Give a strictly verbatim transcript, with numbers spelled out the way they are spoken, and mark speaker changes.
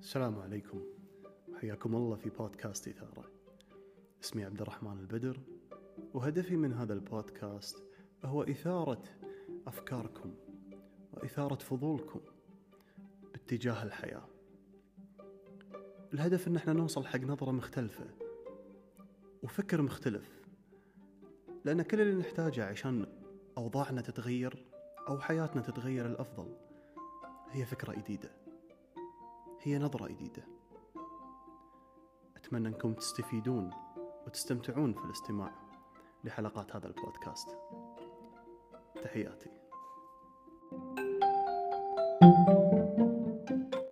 Speaker 1: السلام عليكم، حياكم الله في بودكاست إثارة. اسمي عبد الرحمن البدر، وهدفي من هذا البودكاست هو إثارة أفكاركم وإثارة فضولكم باتجاه الحياة. الهدف إن احنا نوصل حق نظرة مختلفة وفكر مختلف، لأن كل اللي نحتاجه عشان أوضاعنا تتغير أو حياتنا تتغير الأفضل هي فكرة جديدة، هي نظرة جديدة. أتمنى أنكم تستفيدون وتستمتعون في الاستماع لحلقات هذا البودكاست. تحياتي.